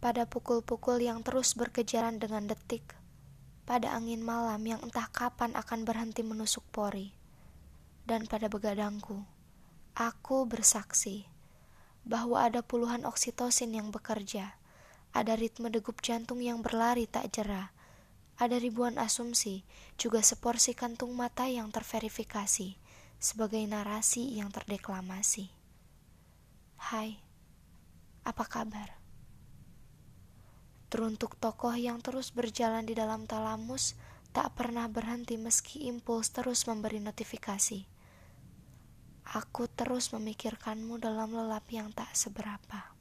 pada pukul-pukul yang terus berkejaran dengan detik, pada angin malam yang entah kapan akan berhenti menusuk pori, dan pada begadangku, aku bersaksi bahwa ada puluhan oksitosin yang bekerja, ada ritme degup jantung yang berlari tak jera, ada ribuan asumsi, juga seporsi kantung mata yang terverifikasi sebagai narasi yang terdeklamasi. Hai, apa kabar? Teruntuk tokoh yang terus berjalan di dalam talamus, tak pernah berhenti meski impuls terus memberi notifikasi. Aku terus memikirkanmu dalam lelap yang tak seberapa.